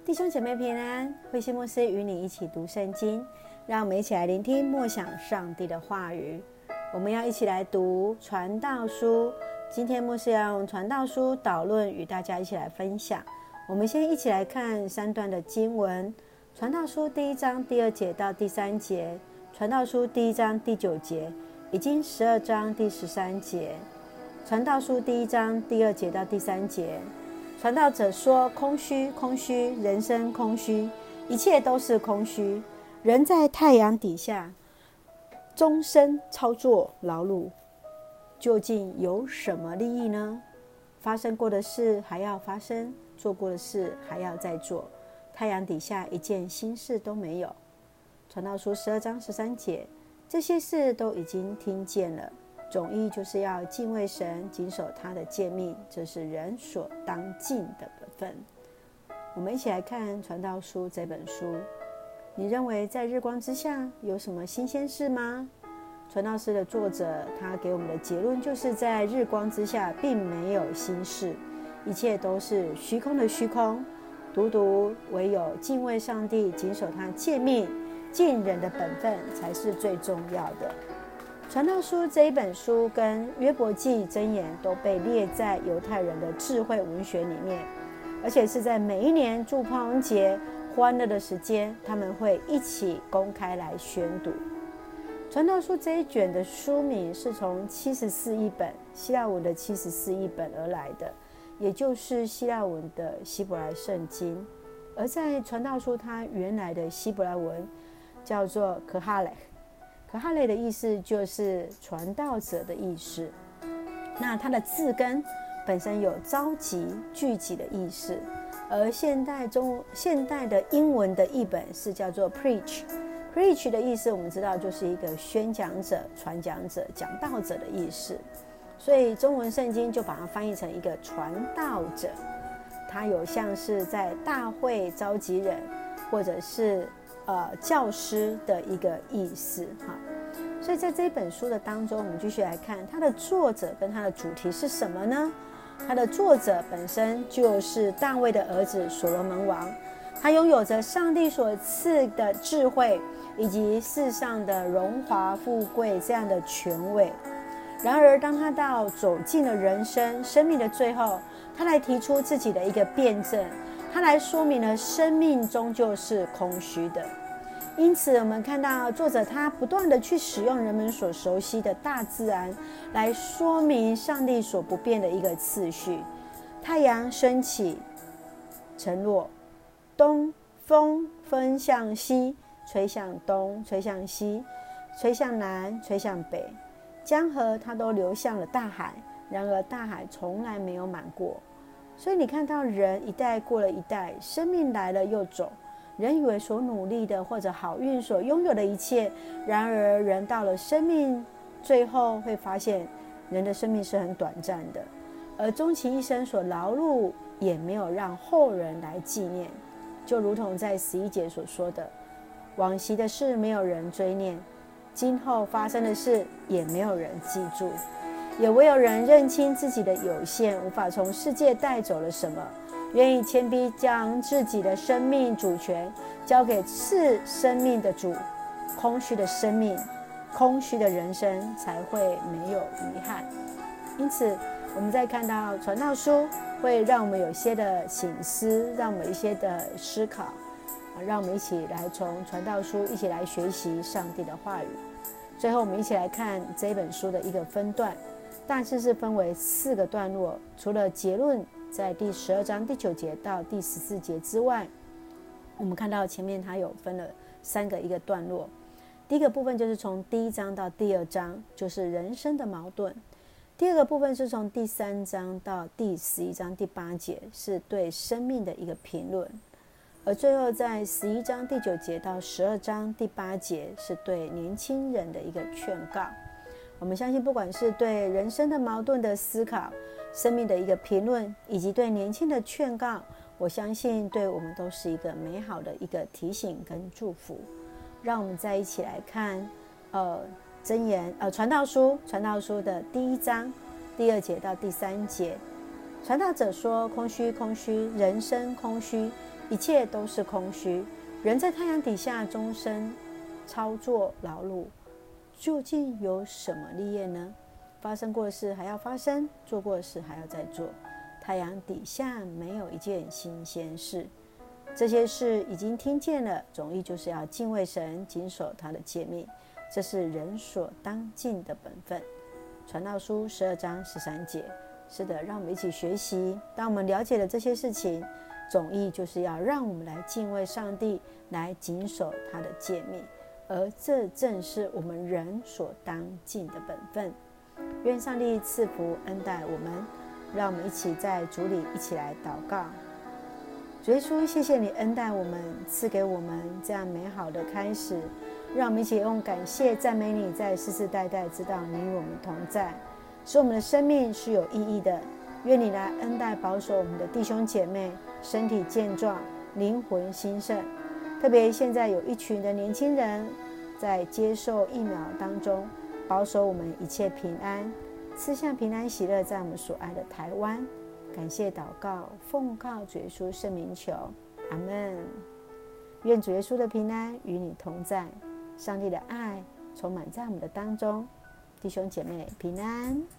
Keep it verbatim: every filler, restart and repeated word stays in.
弟兄姐妹平安，慧馨牧师与你一起读圣经，让我们一起来聆听默想上帝的话语。我们要一起来读传道书，今天牧师要用传道书导论与大家一起来分享。我们先一起来看三段的经文，传道书第一章第二节到第三节，传道书第一章第九节，以及十二章第十三节。传道书第一章第二节到第三节，传道者说：空虚，空虚，人生空虚，一切都是空虚。人在太阳底下终身操作劳碌，究竟有什么利益呢？发生过的事还要发生，做过的事还要再做，太阳底下一件新事都没有。传道书十二章十三节，这些事都已经听见了，总意就是要敬畏神，谨守他的诫命，这是人所当尽的本分。我们一起来看传道书这本书，你认为在日光之下有什么新鲜事吗？传道书的作者他给我们的结论就是在日光之下并没有新事，一切都是虚空的虚空，独独唯有敬畏上帝，谨守他诫命，尽人的本分才是最重要的。传道书这一本书跟约伯记、箴言都被列在犹太人的智慧文学里面，而且是在每一年住棚节节欢乐的时间，他们会一起公开来宣读。传道书这一卷的书名是从七十四译本希腊文的七十四译本而来的，也就是希腊文的希伯来圣经。而在传道书它原来的希伯来文叫做可哈雷，可哈雷的意思就是传道者的意思。那它的字根本身有召集、聚集的意思，而现代中现代的英文的译本是叫做 preach。preach 的意思我们知道就是一个宣讲者、传讲者、讲道者的意思，所以中文圣经就把它翻译成一个传道者。它有像是在大会召集人，或者是呃教师的一个意思哈。所以在这本书的当中，我们继续来看它的作者跟它的主题是什么呢？它的作者本身就是大卫的儿子所罗门王，他拥有着上帝所赐的智慧以及世上的荣华富贵这样的权位。然而当他到走进了人生生命的最后，他来提出自己的一个辩证，他来说明了生命终究是空虚的。因此我们看到作者他不断的去使用人们所熟悉的大自然来说明上帝所不变的一个次序。太阳升起沉落，东风分向西，吹向东，吹向西，吹向南，吹向北，江河它都流向了大海，然而大海从来没有满过。所以你看到人一代过了一代，生命来了又走，人以为所努力的或者好运所拥有的一切，然而人到了生命最后会发现人的生命是很短暂的，而终其一生所劳碌也没有让后人来纪念。就如同在十一节所说的，往昔的事没有人追念，今后发生的事也没有人记住，也唯有人认清自己的有限，无法从世界带走了什么，愿意谦卑将自己的生命主权交给赐生命的主，空虚的生命，空虚的人生才会没有遗憾。因此我们在看到传道书会让我们有些的省思，让我们一些的思考，让我们一起来从传道书一起来学习上帝的话语。最后我们一起来看这本书的一个分段，大致是分为四个段落，除了结论在第十二章第九节到第十四节之外，我们看到前面它有分了三个一个段落。第一个部分就是从第一章到第二章，就是人生的矛盾。第二个部分是从第三章到第十一章第八节，是对生命的一个评论。而最后在十一章第九节到十二章第八节，是对年轻人的一个劝告。我们相信不管是对人生的矛盾的思考，生命的一个评论，以及对年轻的劝告，我相信对我们都是一个美好的一个提醒跟祝福。让我们再一起来看呃箴言呃传道书传道书的第一章第二节到第三节。传道者说：空虚，空虚，人生空虚， 一切都是空虚。人在太阳底下终身操作劳碌，究竟有什么利益呢？发生过的事还要发生，做过的事还要再做。太阳底下没有一件新鲜事，这些事已经听见了，总意就是要敬畏神，谨守他的诫命，这是人所当尽的本分。传道书十二章十三节。是的，让我们一起学习。当我们了解了这些事情，总意就是要让我们来敬畏上帝，来谨守他的诫命，而这正是我们人所当尽的本分。愿上帝赐福恩待我们，让我们一起在主里一起来祷告。主耶稣，谢谢你恩待我们，赐给我们这样美好的开始，让我们一起用感谢赞美你，在世世代代知道你与我们同在，使我们的生命是有意义的。愿你来恩待保守我们的弟兄姐妹，身体健壮，灵魂兴盛。特别现在有一群的年轻人在接受疫苗当中，保守我们一切平安，赐下平安喜乐在我们所爱的台湾。感谢祷告，奉靠主耶稣圣名求，阿们。愿主耶稣的平安与你同在，上帝的爱充满在我们的当中。弟兄姐妹平安。